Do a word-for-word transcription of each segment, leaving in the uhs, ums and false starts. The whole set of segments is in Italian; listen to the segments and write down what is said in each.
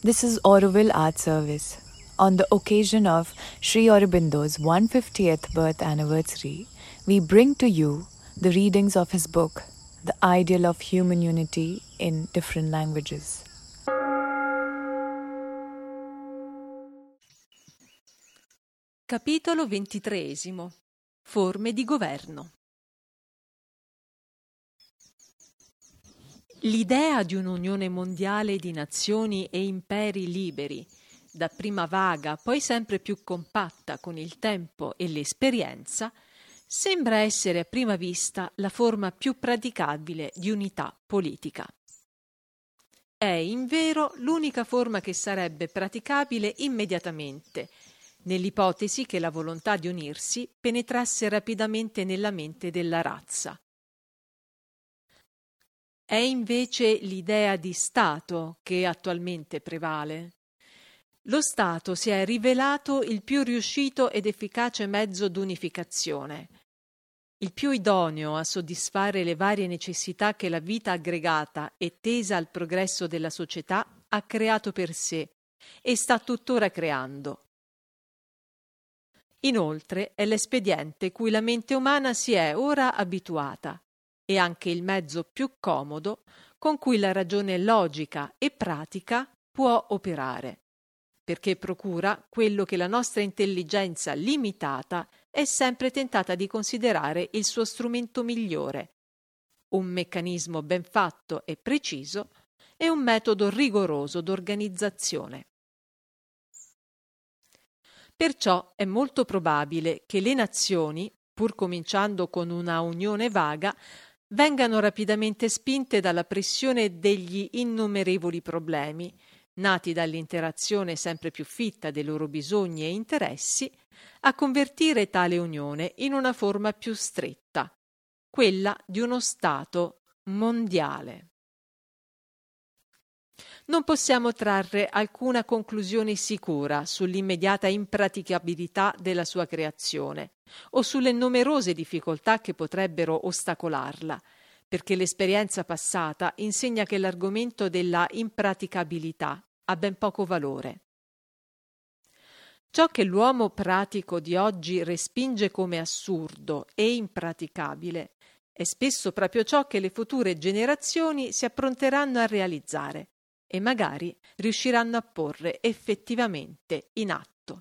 This is Auroville Art Service. On the occasion of Sri Aurobindo's one hundred fiftieth birth anniversary, we bring to you the readings of his book, The Ideal of Human Unity in Different Languages. Capitolo ventitreesimo. Forme di governo. L'idea di un'unione mondiale di nazioni e imperi liberi, dapprima vaga, poi sempre più compatta con il tempo e l'esperienza, sembra essere a prima vista la forma più praticabile di unità politica. È invero l'unica forma che sarebbe praticabile immediatamente, nell'ipotesi che la volontà di unirsi penetrasse rapidamente nella mente della razza. È invece l'idea di Stato che attualmente prevale. Lo Stato si è rivelato il più riuscito ed efficace mezzo d'unificazione, il più idoneo a soddisfare le varie necessità che la vita aggregata e tesa al progresso della società ha creato per sé e sta tuttora creando. Inoltre è l'espediente cui la mente umana si è ora abituata e anche il mezzo più comodo con cui la ragione logica e pratica può operare, perché procura quello che la nostra intelligenza limitata è sempre tentata di considerare il suo strumento migliore, un meccanismo ben fatto e preciso e un metodo rigoroso d'organizzazione. Perciò è molto probabile che le nazioni, pur cominciando con una unione vaga, vengano rapidamente spinte dalla pressione degli innumerevoli problemi, nati dall'interazione sempre più fitta dei loro bisogni e interessi, a convertire tale unione in una forma più stretta, quella di uno Stato mondiale. Non possiamo trarre alcuna conclusione sicura sull'immediata impraticabilità della sua creazione o sulle numerose difficoltà che potrebbero ostacolarla, perché l'esperienza passata insegna che l'argomento della impraticabilità ha ben poco valore. Ciò che l'uomo pratico di oggi respinge come assurdo e impraticabile è spesso proprio ciò che le future generazioni si appronteranno a realizzare e magari riusciranno a porre effettivamente in atto.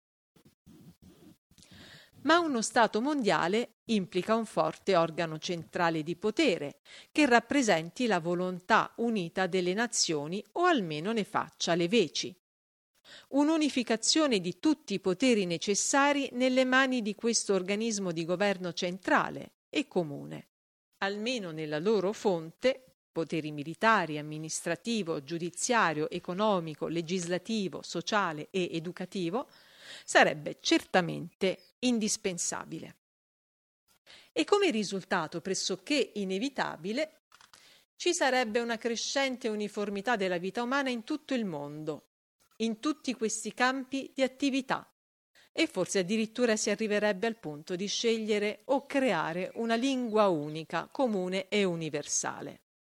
Ma uno Stato mondiale implica un forte organo centrale di potere che rappresenti la volontà unita delle nazioni o almeno ne faccia le veci. Un'unificazione di tutti i poteri necessari nelle mani di questo organismo di governo centrale e comune, almeno nella loro fonte, poteri militari, amministrativo, giudiziario, economico, legislativo, sociale e educativo, sarebbe certamente indispensabile. E come risultato pressoché inevitabile ci sarebbe una crescente uniformità della vita umana in tutto il mondo, in tutti questi campi di attività, e forse addirittura si arriverebbe al punto di scegliere o creare una lingua unica, comune e universale.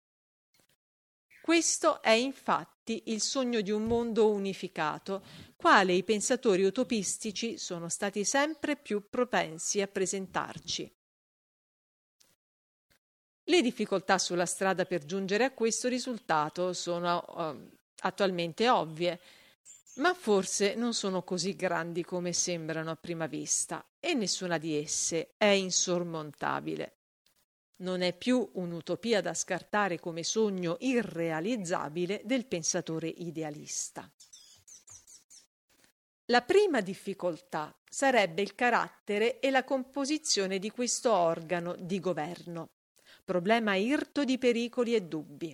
Questo è infatti il sogno di un mondo unificato, quale i pensatori utopistici sono stati sempre più propensi a presentarci. Le difficoltà sulla strada per giungere a questo risultato sono uh, attualmente ovvie, ma forse non sono così grandi come sembrano a prima vista, e nessuna di esse è insormontabile. Non è più un'utopia da scartare come sogno irrealizzabile del pensatore idealista. La prima difficoltà sarebbe il carattere e la composizione di questo organo di governo, problema irto di pericoli e dubbi.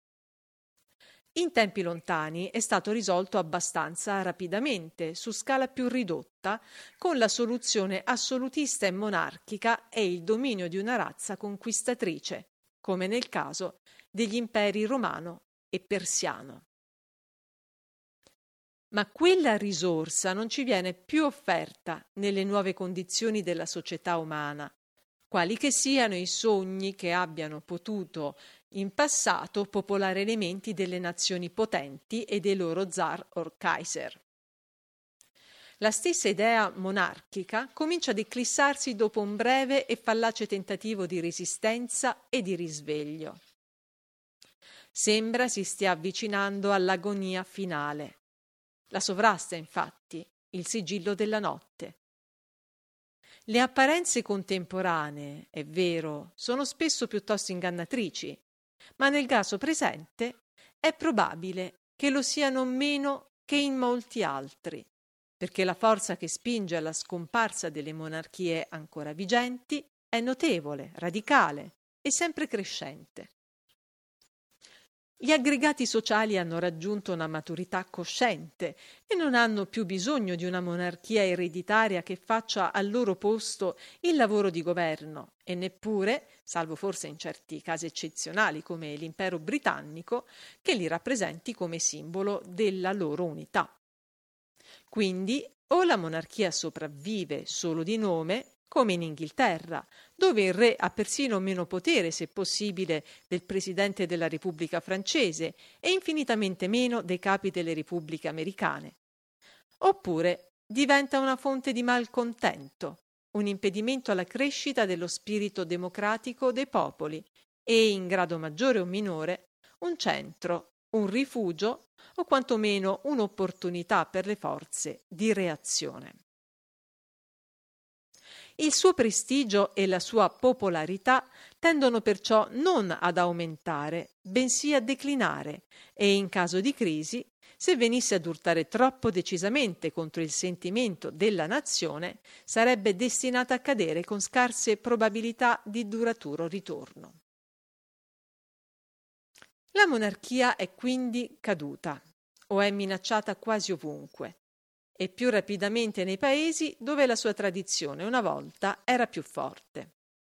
In tempi lontani è stato risolto abbastanza rapidamente, su scala più ridotta, con la soluzione assolutista e monarchica e il dominio di una razza conquistatrice, come nel caso degli imperi romano e persiano. Ma quella risorsa non ci viene più offerta nelle nuove condizioni della società umana, quali che siano i sogni che abbiano potuto in passato popolare elementi delle nazioni potenti e dei loro zar or kaiser. La stessa idea monarchica comincia ad eclissarsi dopo un breve e fallace tentativo di resistenza e di risveglio. Sembra si stia avvicinando all'agonia finale. La sovrasta, infatti, il sigillo della notte. Le apparenze contemporanee, è vero, sono spesso piuttosto ingannatrici, ma nel caso presente è probabile che lo siano meno che in molti altri, perché la forza che spinge alla scomparsa delle monarchie ancora vigenti è notevole, radicale e sempre crescente. Gli aggregati sociali hanno raggiunto una maturità cosciente e non hanno più bisogno di una monarchia ereditaria che faccia al loro posto il lavoro di governo e neppure, salvo forse in certi casi eccezionali come l'impero britannico, che li rappresenti come simbolo della loro unità. Quindi o la monarchia sopravvive solo di nome, come in Inghilterra, dove il re ha persino meno potere, se possibile, del presidente della Repubblica francese e infinitamente meno dei capi delle repubbliche americane. Oppure diventa una fonte di malcontento, un impedimento alla crescita dello spirito democratico dei popoli e, in grado maggiore o minore, un centro, un rifugio o quantomeno un'opportunità per le forze di reazione. Il suo prestigio e la sua popolarità tendono perciò non ad aumentare, bensì a declinare e, in caso di crisi, se venisse ad urtare troppo decisamente contro il sentimento della nazione, sarebbe destinata a cadere con scarse probabilità di duraturo ritorno. La monarchia è quindi caduta o è minacciata quasi ovunque, e più rapidamente nei paesi dove la sua tradizione una volta era più forte.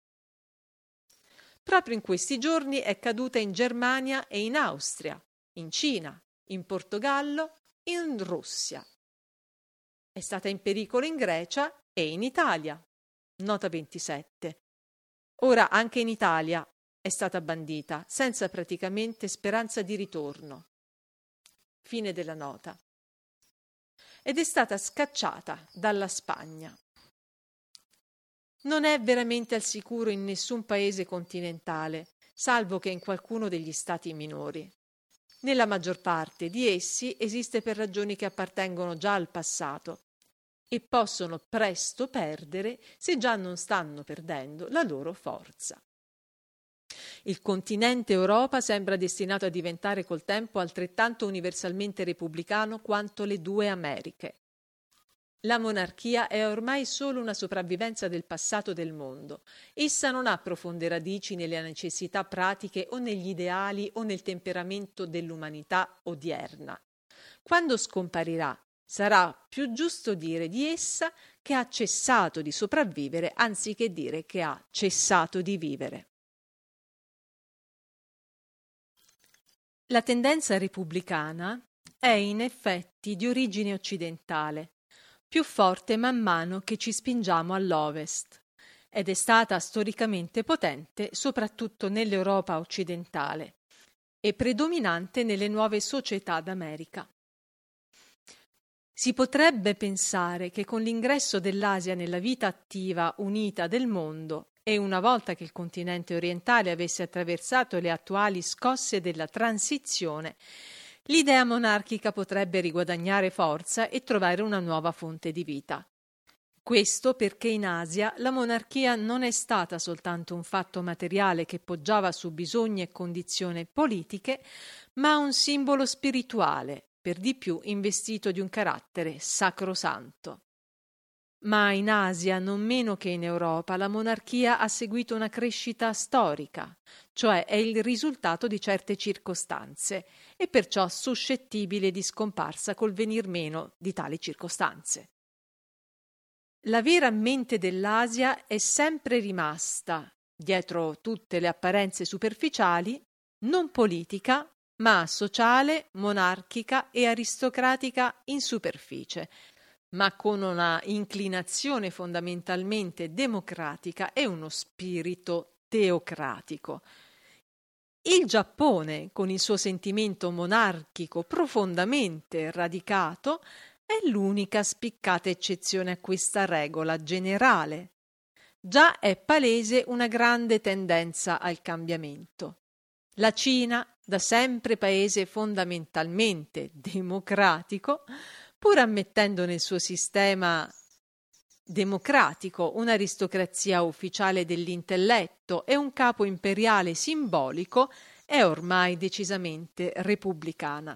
Proprio in questi giorni è caduta in Germania e in Austria, in Cina, in Portogallo e in Russia. È stata in pericolo in Grecia e in Italia. Nota ventisette. Ora anche in Italia è stata bandita, senza praticamente speranza di ritorno. Fine della nota. Ed è stata scacciata dalla Spagna. Non è veramente al sicuro in nessun paese continentale, salvo che in qualcuno degli stati minori. Nella maggior parte di essi esiste per ragioni che appartengono già al passato e possono presto perdere, se già non stanno perdendo, la loro forza. Il continente Europa sembra destinato a diventare col tempo altrettanto universalmente repubblicano quanto le due Americhe. La monarchia è ormai solo una sopravvivenza del passato del mondo. Essa non ha profonde radici nelle necessità pratiche o negli ideali o nel temperamento dell'umanità odierna. Quando scomparirà, sarà più giusto dire di essa che ha cessato di sopravvivere anziché dire che ha cessato di vivere. La tendenza repubblicana è in effetti di origine occidentale, più forte man mano che ci spingiamo all'ovest, ed è stata storicamente potente soprattutto nell'Europa occidentale e predominante nelle nuove società d'America. Si potrebbe pensare che con l'ingresso dell'Asia nella vita attiva unita del mondo e una volta che il continente orientale avesse attraversato le attuali scosse della transizione, l'idea monarchica potrebbe riguadagnare forza e trovare una nuova fonte di vita. Questo perché in Asia la monarchia non è stata soltanto un fatto materiale che poggiava su bisogni e condizioni politiche, ma un simbolo spirituale, per di più investito di un carattere sacrosanto. Ma in Asia, non meno che in Europa, la monarchia ha seguito una crescita storica, cioè è il risultato di certe circostanze e perciò suscettibile di scomparsa col venir meno di tali circostanze. La vera mente dell'Asia è sempre rimasta, dietro tutte le apparenze superficiali, non politica, ma sociale, monarchica e aristocratica in superficie, ma con una inclinazione fondamentalmente democratica e uno spirito teocratico. Il Giappone, con il suo sentimento monarchico profondamente radicato, è l'unica spiccata eccezione a questa regola generale. Già è palese una grande tendenza al cambiamento. La Cina, da sempre paese fondamentalmente democratico, pur ammettendo nel suo sistema democratico un'aristocrazia ufficiale dell'intelletto e un capo imperiale simbolico, è ormai decisamente repubblicana.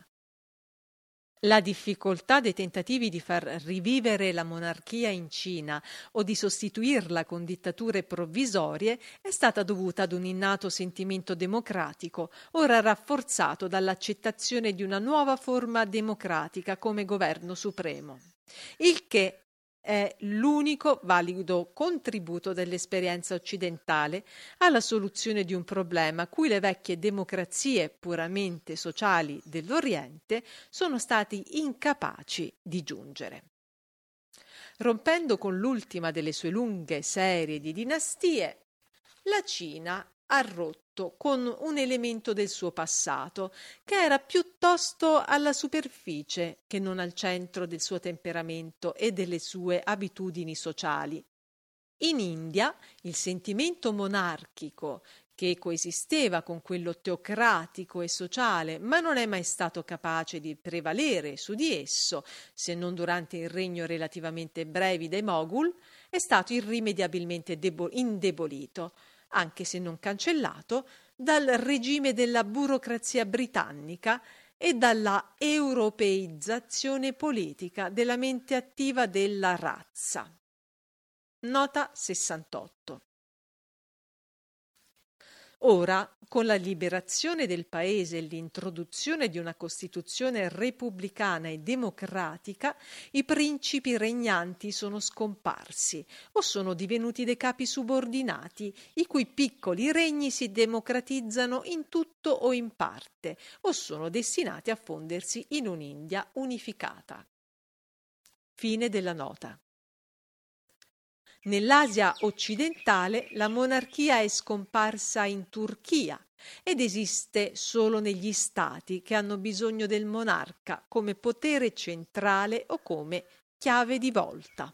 La difficoltà dei tentativi di far rivivere la monarchia in Cina o di sostituirla con dittature provvisorie è stata dovuta ad un innato sentimento democratico, ora rafforzato dall'accettazione di una nuova forma democratica come governo supremo, il che è l'unico valido contributo dell'esperienza occidentale alla soluzione di un problema cui le vecchie democrazie puramente sociali dell'Oriente sono stati incapaci di giungere. Rompendo con l'ultima delle sue lunghe serie di dinastie, la Cina ha rotto con un elemento del suo passato che era piuttosto alla superficie che non al centro del suo temperamento e delle sue abitudini sociali. In India il sentimento monarchico, che coesisteva con quello teocratico e sociale, ma non è mai stato capace di prevalere su di esso, se non durante il regno relativamente brevi dei Moghul, è stato irrimediabilmente debo- indebolito, anche se non cancellato, dal regime della burocrazia britannica e dalla europeizzazione politica della mente attiva della razza. Nota sessantotto. Ora, con la liberazione del paese e l'introduzione di una Costituzione repubblicana e democratica, i principi regnanti sono scomparsi o sono divenuti dei capi subordinati, i cui piccoli regni si democratizzano in tutto o in parte, o sono destinati a fondersi in un'India unificata. Fine della nota. Nell'Asia occidentale la monarchia è scomparsa in Turchia ed esiste solo negli stati che hanno bisogno del monarca come potere centrale o come chiave di volta.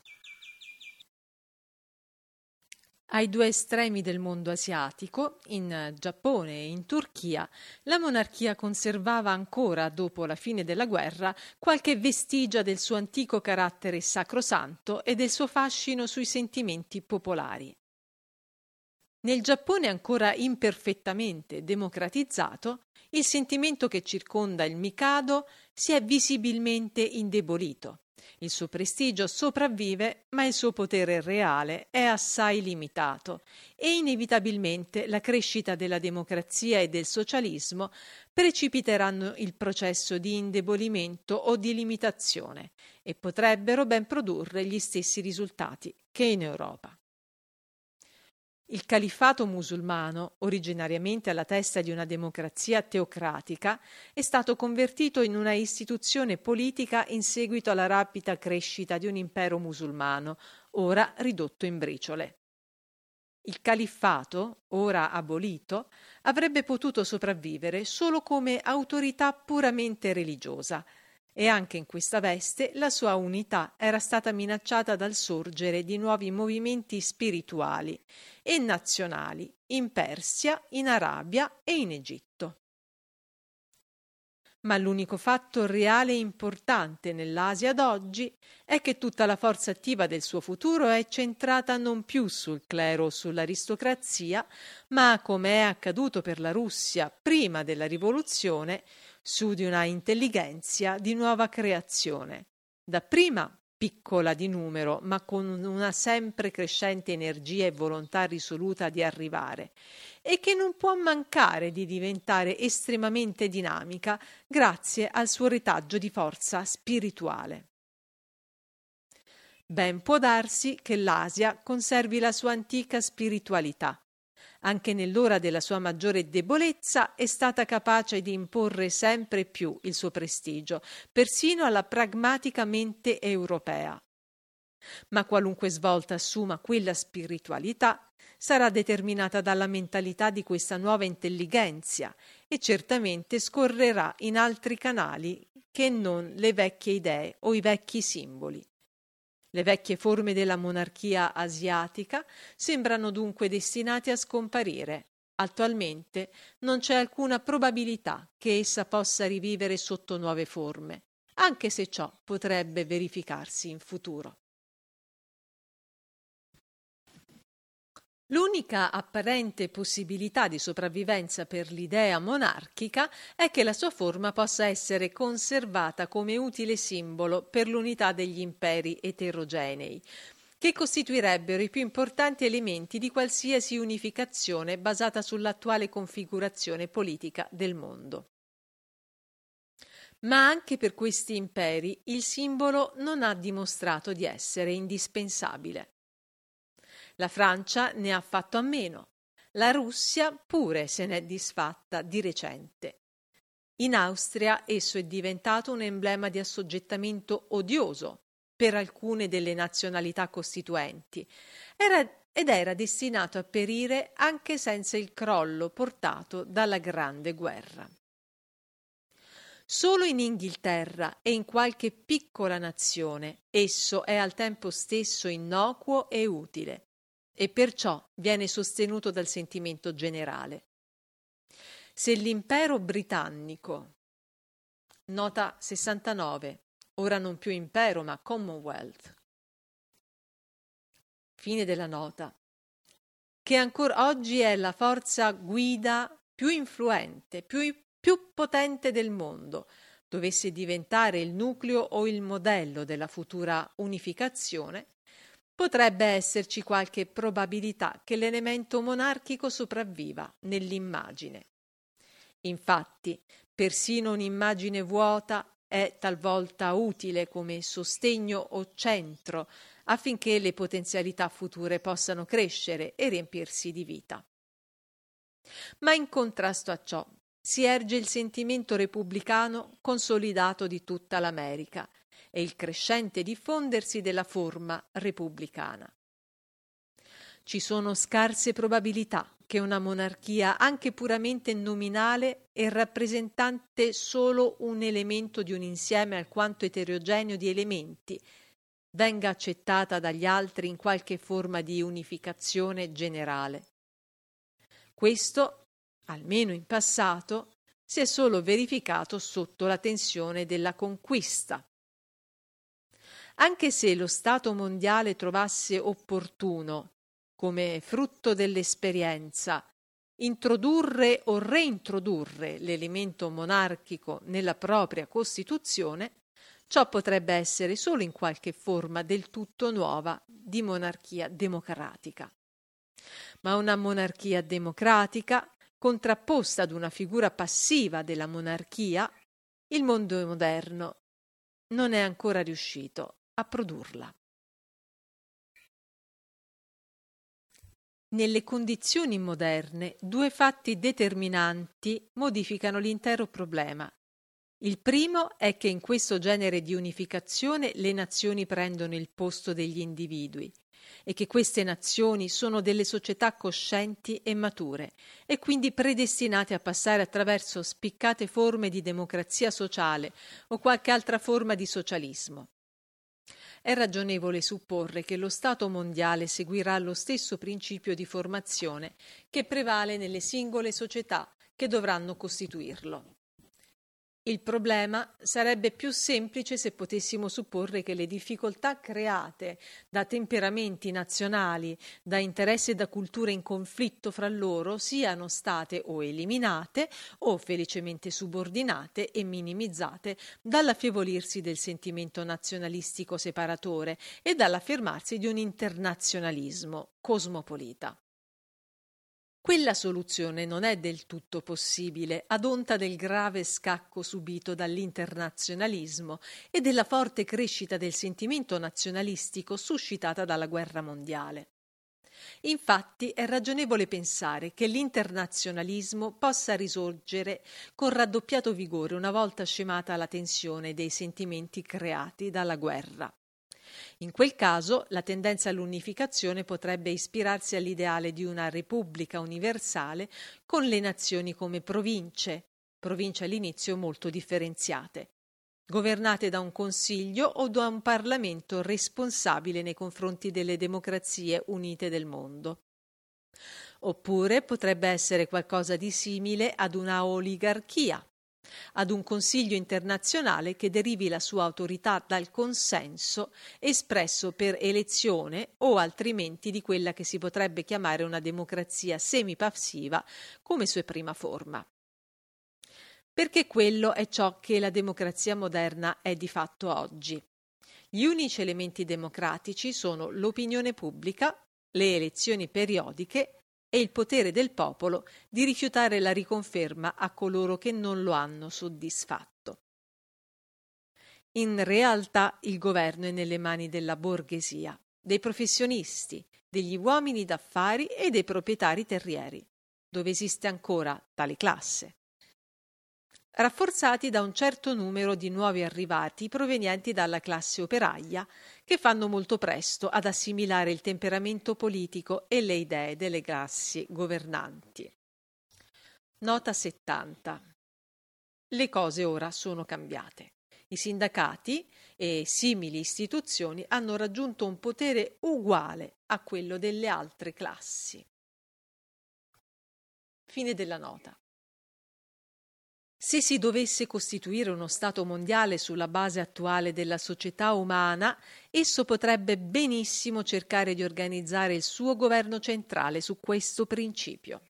Ai due estremi del mondo asiatico, in Giappone e in Turchia, la monarchia conservava ancora, dopo la fine della guerra, qualche vestigia del suo antico carattere sacrosanto e del suo fascino sui sentimenti popolari. Nel Giappone ancora imperfettamente democratizzato, il sentimento che circonda il Mikado si è visibilmente indebolito. Il suo prestigio sopravvive, ma il suo potere reale è assai limitato e inevitabilmente la crescita della democrazia e del socialismo precipiteranno il processo di indebolimento o di limitazione e potrebbero ben produrre gli stessi risultati che in Europa. Il califfato musulmano, originariamente alla testa di una democrazia teocratica, è stato convertito in una istituzione politica in seguito alla rapida crescita di un impero musulmano, ora ridotto in briciole. Il califfato, ora abolito, avrebbe potuto sopravvivere solo come autorità puramente religiosa, e anche in questa veste la sua unità era stata minacciata dal sorgere di nuovi movimenti spirituali e nazionali in Persia, in Arabia e in Egitto. Ma l'unico fatto reale e importante nell'Asia d'oggi è che tutta la forza attiva del suo futuro è centrata non più sul clero o sull'aristocrazia, ma, come è accaduto per la Russia prima della rivoluzione, su di una intellighenzia di nuova creazione, dapprima piccola di numero, ma con una sempre crescente energia e volontà risoluta di arrivare, e che non può mancare di diventare estremamente dinamica grazie al suo retaggio di forza spirituale. Ben può darsi che l'Asia conservi la sua antica spiritualità. Anche nell'ora della sua maggiore debolezza è stata capace di imporre sempre più il suo prestigio, persino alla pragmatica mente europea, ma qualunque svolta assuma quella spiritualità sarà determinata dalla mentalità di questa nuova intelligenza e certamente scorrerà in altri canali che non le vecchie idee o i vecchi simboli. Le vecchie forme della monarchia asiatica sembrano dunque destinate a scomparire. Attualmente non c'è alcuna probabilità che essa possa rivivere sotto nuove forme, anche se ciò potrebbe verificarsi in futuro. L'unica apparente possibilità di sopravvivenza per l'idea monarchica è che la sua forma possa essere conservata come utile simbolo per l'unità degli imperi eterogenei, che costituirebbero i più importanti elementi di qualsiasi unificazione basata sull'attuale configurazione politica del mondo. Ma anche per questi imperi il simbolo non ha dimostrato di essere indispensabile. La Francia ne ha fatto a meno, la Russia pure se n'è disfatta di recente. In Austria esso è diventato un emblema di assoggettamento odioso per alcune delle nazionalità costituenti era, ed era destinato a perire anche senza il crollo portato dalla Grande Guerra. Solo in Inghilterra e in qualche piccola nazione esso è al tempo stesso innocuo e utile, e perciò viene sostenuto dal sentimento generale. Se l'impero britannico, nota sessantanove, ora non più impero ma Commonwealth, fine della nota, che ancora oggi è la forza guida più influente, più, più potente del mondo, dovesse diventare il nucleo o il modello della futura unificazione, potrebbe esserci qualche probabilità che l'elemento monarchico sopravviva nell'immagine. Infatti, persino un'immagine vuota è talvolta utile come sostegno o centro affinché le potenzialità future possano crescere e riempirsi di vita. Ma in contrasto a ciò si erge il sentimento repubblicano consolidato di tutta l'America e il crescente diffondersi della forma repubblicana. Ci sono scarse probabilità che una monarchia, anche puramente nominale e rappresentante solo un elemento di un insieme alquanto eterogeneo di elementi, venga accettata dagli altri in qualche forma di unificazione generale. Questo, almeno in passato, si è solo verificato sotto la tensione della conquista. Anche se lo Stato mondiale trovasse opportuno, come frutto dell'esperienza, introdurre o reintrodurre l'elemento monarchico nella propria Costituzione, ciò potrebbe essere solo in qualche forma del tutto nuova di monarchia democratica. Ma una monarchia democratica, contrapposta ad una figura passiva della monarchia, il mondo moderno non è ancora riuscito a produrla. Nelle condizioni moderne, due fatti determinanti modificano l'intero problema. Il primo è che in questo genere di unificazione le nazioni prendono il posto degli individui e che queste nazioni sono delle società coscienti e mature e quindi predestinate a passare attraverso spiccate forme di democrazia sociale o qualche altra forma di socialismo. È ragionevole supporre che lo Stato mondiale seguirà lo stesso principio di formazione che prevale nelle singole società che dovranno costituirlo. Il problema sarebbe più semplice se potessimo supporre che le difficoltà create da temperamenti nazionali, da interessi e da culture in conflitto fra loro siano state o eliminate o felicemente subordinate e minimizzate dall'affievolirsi del sentimento nazionalistico separatore e dall'affermarsi di un internazionalismo cosmopolita. Quella soluzione non è del tutto possibile ad onta del grave scacco subito dall'internazionalismo e della forte crescita del sentimento nazionalistico suscitata dalla guerra mondiale. Infatti è ragionevole pensare che l'internazionalismo possa risorgere con raddoppiato vigore una volta scemata la tensione dei sentimenti creati dalla guerra. In quel caso la tendenza all'unificazione potrebbe ispirarsi all'ideale di una repubblica universale con le nazioni come province, province all'inizio molto differenziate, governate da un consiglio o da un Parlamento responsabile nei confronti delle democrazie unite del mondo. Oppure potrebbe essere qualcosa di simile ad una oligarchia, ad un consiglio internazionale che derivi la sua autorità dal consenso espresso per elezione o altrimenti di quella che si potrebbe chiamare una democrazia semipassiva come sua prima forma. Perché quello è ciò che la democrazia moderna è di fatto oggi. Gli unici elementi democratici sono l'opinione pubblica, le elezioni periodiche e il potere del popolo di rifiutare la riconferma a coloro che non lo hanno soddisfatto. In realtà il governo è nelle mani della borghesia, dei professionisti, degli uomini d'affari e dei proprietari terrieri, dove esiste ancora tale classe, rafforzati da un certo numero di nuovi arrivati provenienti dalla classe operaia, che fanno molto presto ad assimilare il temperamento politico e le idee delle classi governanti. Nota settanta. Le cose ora sono cambiate. I sindacati e simili istituzioni hanno raggiunto un potere uguale a quello delle altre classi. Fine della nota. Se si dovesse costituire uno Stato mondiale sulla base attuale della società umana, esso potrebbe benissimo cercare di organizzare il suo governo centrale su questo principio.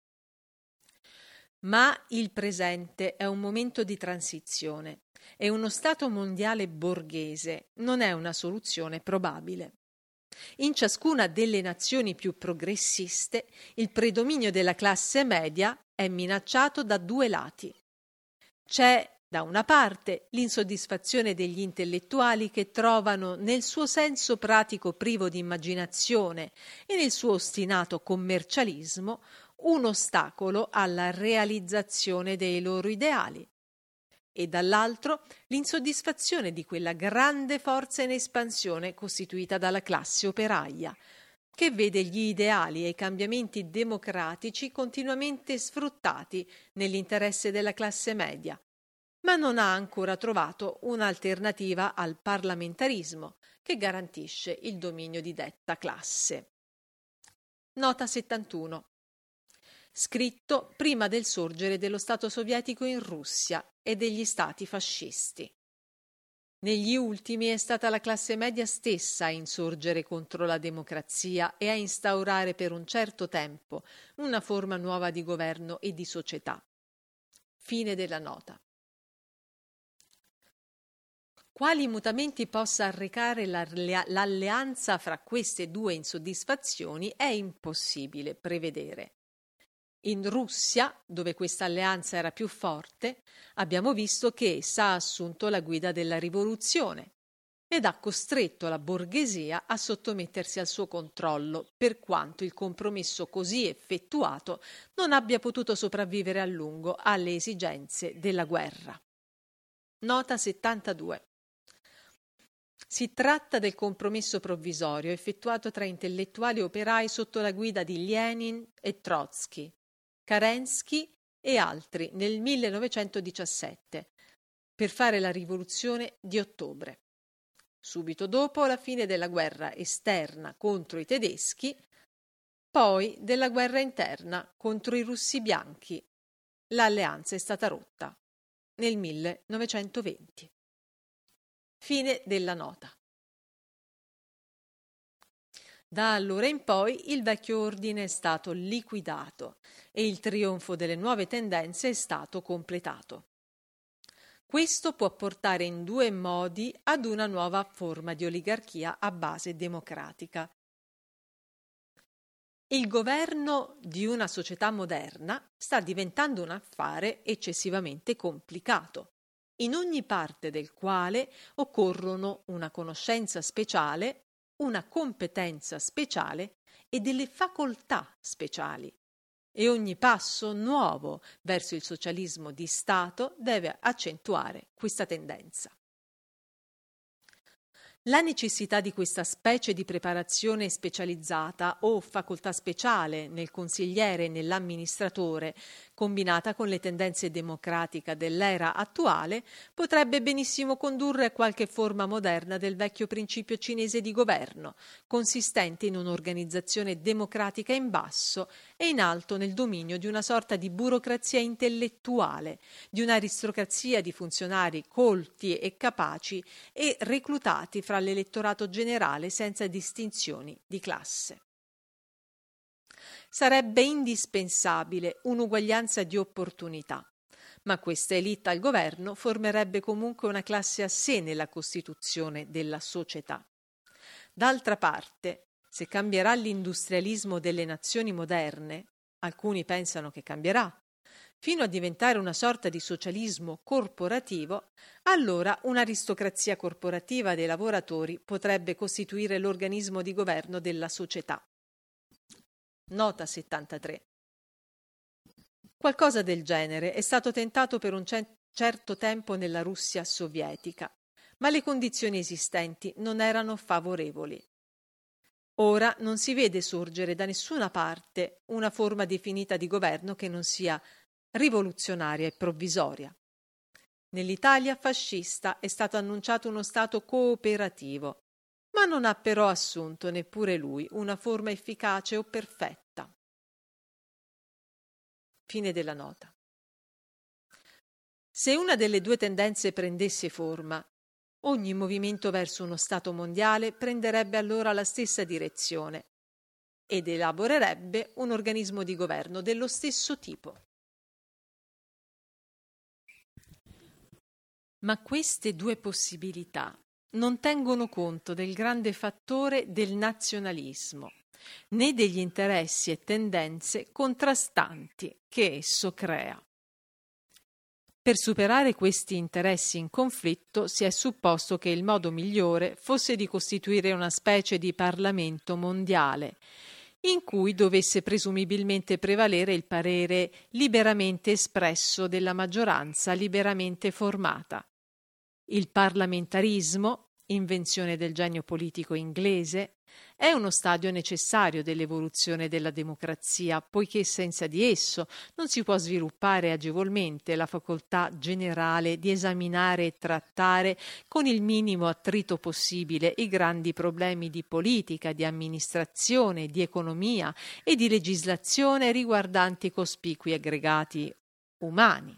Ma il presente è un momento di transizione e uno Stato mondiale borghese non è una soluzione probabile. In ciascuna delle nazioni più progressiste, il predominio della classe media è minacciato da due lati. C'è, da una parte, l'insoddisfazione degli intellettuali che trovano nel suo senso pratico privo di immaginazione e nel suo ostinato commercialismo un ostacolo alla realizzazione dei loro ideali, e dall'altro l'insoddisfazione di quella grande forza in espansione costituita dalla classe operaia, che vede gli ideali e i cambiamenti democratici continuamente sfruttati nell'interesse della classe media, ma non ha ancora trovato un'alternativa al parlamentarismo che garantisce il dominio di detta classe. Nota settantuno. Scritto prima del sorgere dello Stato sovietico in Russia e degli stati fascisti. Negli ultimi è stata la classe media stessa a insorgere contro la democrazia e a instaurare per un certo tempo una forma nuova di governo e di società. Fine della nota. Quali mutamenti possa arrecare l'alleanza fra queste due insoddisfazioni è impossibile prevedere. In Russia, dove questa alleanza era più forte, abbiamo visto che essa ha assunto la guida della rivoluzione ed ha costretto la borghesia a sottomettersi al suo controllo, per quanto il compromesso così effettuato non abbia potuto sopravvivere a lungo alle esigenze della guerra. Nota settantadue. Si tratta del compromesso provvisorio effettuato tra intellettuali operai sotto la guida di Lenin e Trotsky, Kerensky e altri nel millenovecentodiciassette per fare la rivoluzione di ottobre. Subito dopo la fine della guerra esterna contro i tedeschi, poi della guerra interna contro i russi bianchi. L'alleanza è stata rotta nel millenovecentoventi. Fine della nota. Da allora in poi il vecchio ordine è stato liquidato e il trionfo delle nuove tendenze è stato completato. Questo può portare in due modi ad una nuova forma di oligarchia a base democratica. Il governo di una società moderna sta diventando un affare eccessivamente complicato, in ogni parte del quale occorrono una conoscenza speciale, una competenza speciale e delle facoltà speciali. E ogni passo nuovo verso il socialismo di Stato deve accentuare questa tendenza. La necessità di questa specie di preparazione specializzata o facoltà speciale nel consigliere e nell'amministratore, combinata con le tendenze democratiche dell'era attuale, potrebbe benissimo condurre a qualche forma moderna del vecchio principio cinese di governo, consistente in un'organizzazione democratica in basso e in alto nel dominio di una sorta di burocrazia intellettuale, di un'aristocrazia di funzionari colti e capaci e reclutati fra l'elettorato generale senza distinzioni di classe. Sarebbe indispensabile un'uguaglianza di opportunità, ma questa elite al governo formerebbe comunque una classe a sé nella costituzione della società. D'altra parte, se cambierà l'industrialismo delle nazioni moderne, alcuni pensano che cambierà, fino a diventare una sorta di socialismo corporativo, allora un'aristocrazia corporativa dei lavoratori potrebbe costituire l'organismo di governo della società. Nota settantatré. Qualcosa del genere è stato tentato per un certo tempo nella Russia sovietica, ma le condizioni esistenti non erano favorevoli. Ora non si vede sorgere da nessuna parte una forma definita di governo che non sia rivoluzionaria e provvisoria. Nell'Italia fascista è stato annunciato uno Stato cooperativo, ma non ha però assunto neppure lui una forma efficace o perfetta. Fine della nota. Se una delle due tendenze prendesse forma, ogni movimento verso uno Stato mondiale prenderebbe allora la stessa direzione ed elaborerebbe un organismo di governo dello stesso tipo. Ma queste due possibilità non tengono conto del grande fattore del nazionalismo, né degli interessi e tendenze contrastanti che esso crea. Per superare questi interessi in conflitto si è supposto che il modo migliore fosse di costituire una specie di Parlamento mondiale, in cui dovesse presumibilmente prevalere il parere liberamente espresso della maggioranza liberamente formata. Il parlamentarismo, invenzione del genio politico inglese, è uno stadio necessario dell'evoluzione della democrazia, poiché senza di esso non si può sviluppare agevolmente la facoltà generale di esaminare e trattare con il minimo attrito possibile i grandi problemi di politica, di amministrazione, di economia e di legislazione riguardanti cospicui aggregati umani.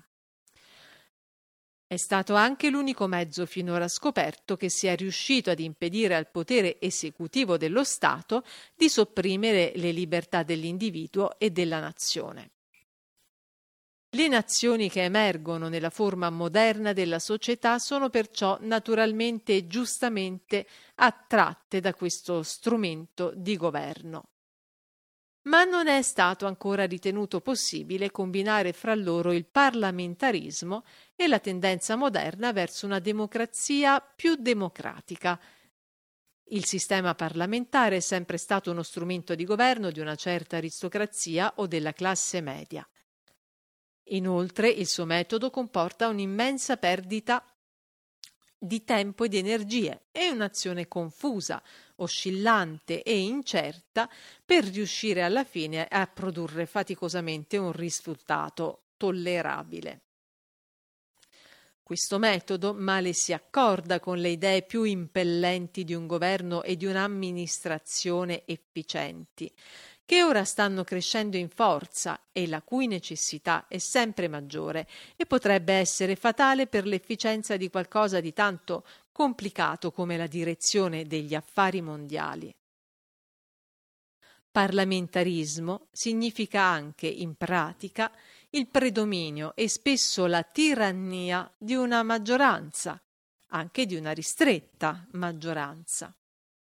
È stato anche l'unico mezzo finora scoperto che sia riuscito ad impedire al potere esecutivo dello Stato di sopprimere le libertà dell'individuo e della nazione. Le nazioni che emergono nella forma moderna della società sono perciò naturalmente e giustamente attratte da questo strumento di governo. Ma non è stato ancora ritenuto possibile combinare fra loro il parlamentarismo e la tendenza moderna verso una democrazia più democratica. Il sistema parlamentare è sempre stato uno strumento di governo di una certa aristocrazia o della classe media. Inoltre, il suo metodo comporta un'immensa perdita di tempo e di energie e un'azione confusa, oscillante e incerta per riuscire alla fine a produrre faticosamente un risultato tollerabile. Questo metodo male si accorda con le idee più impellenti di un governo e di un'amministrazione efficienti, che ora stanno crescendo in forza e la cui necessità è sempre maggiore e potrebbe essere fatale per l'efficienza di qualcosa di tanto complicato come la direzione degli affari mondiali. Parlamentarismo significa anche, in pratica, il predominio e spesso la tirannia di una maggioranza, anche di una ristretta maggioranza.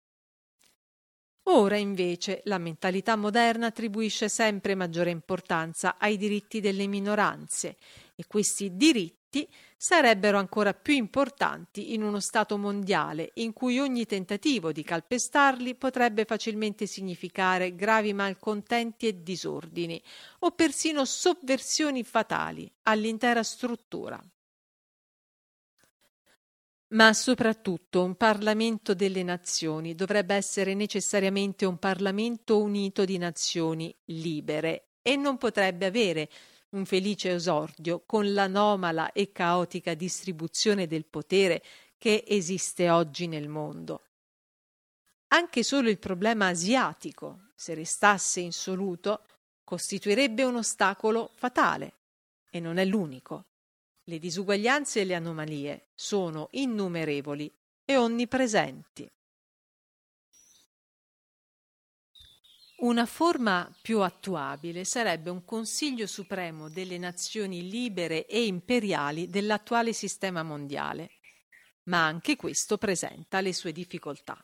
Ora invece la mentalità moderna attribuisce sempre maggiore importanza ai diritti delle minoranze e questi diritti sarebbero ancora più importanti in uno Stato mondiale in cui ogni tentativo di calpestarli potrebbe facilmente significare gravi malcontenti e disordini o persino sovversioni fatali all'intera struttura. Ma soprattutto un Parlamento delle nazioni dovrebbe essere necessariamente un Parlamento unito di nazioni libere e non potrebbe avere un felice esordio con l'anomala e caotica distribuzione del potere che esiste oggi nel mondo. Anche solo il problema asiatico, se restasse insoluto, costituirebbe un ostacolo fatale, e non è l'unico. Le disuguaglianze e le anomalie sono innumerevoli e onnipresenti. Una forma più attuabile sarebbe un Consiglio Supremo delle Nazioni libere e imperiali dell'attuale sistema mondiale, ma anche questo presenta le sue difficoltà.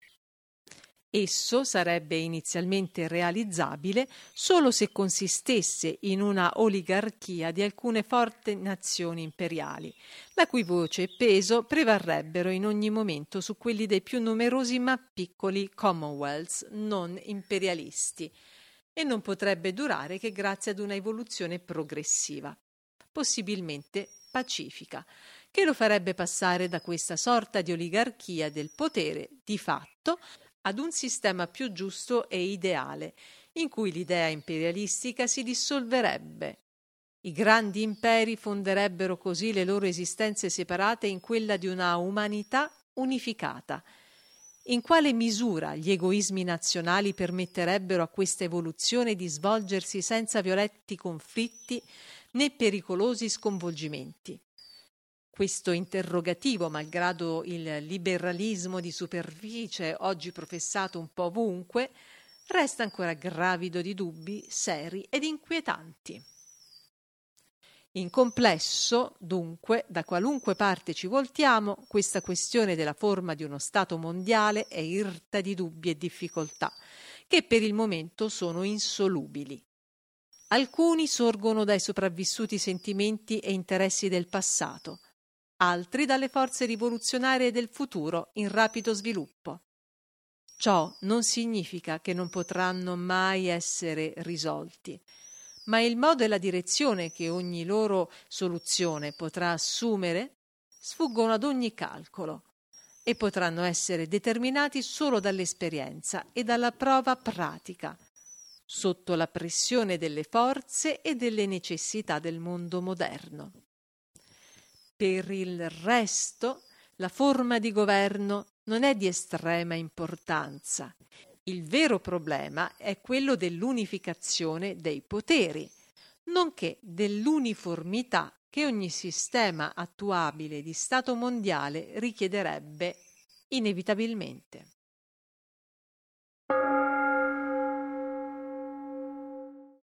Esso sarebbe inizialmente realizzabile solo se consistesse in una oligarchia di alcune forti nazioni imperiali, la cui voce e peso prevarrebbero in ogni momento su quelli dei più numerosi ma piccoli Commonwealth non imperialisti, e non potrebbe durare che grazie ad una evoluzione progressiva, possibilmente pacifica, che lo farebbe passare da questa sorta di oligarchia del potere di fatto ad un sistema più giusto e ideale, in cui l'idea imperialistica si dissolverebbe. I grandi imperi fonderebbero così le loro esistenze separate in quella di una umanità unificata. In quale misura gli egoismi nazionali permetterebbero a questa evoluzione di svolgersi senza violenti conflitti né pericolosi sconvolgimenti? Questo interrogativo, malgrado il liberalismo di superficie oggi professato un po' ovunque, resta ancora gravido di dubbi seri ed inquietanti. In complesso, dunque, da qualunque parte ci voltiamo, questa questione della forma di uno Stato mondiale è irta di dubbi e difficoltà, che per il momento sono insolubili. Alcuni sorgono dai sopravvissuti sentimenti e interessi del passato, altri dalle forze rivoluzionarie del futuro in rapido sviluppo. Ciò non significa che non potranno mai essere risolti, ma il modo e la direzione che ogni loro soluzione potrà assumere sfuggono ad ogni calcolo e potranno essere determinati solo dall'esperienza e dalla prova pratica, sotto la pressione delle forze e delle necessità del mondo moderno. Per il resto, la forma di governo non è di estrema importanza. Il vero problema è quello dell'unificazione dei poteri, nonché dell'uniformità che ogni sistema attuabile di Stato mondiale richiederebbe inevitabilmente.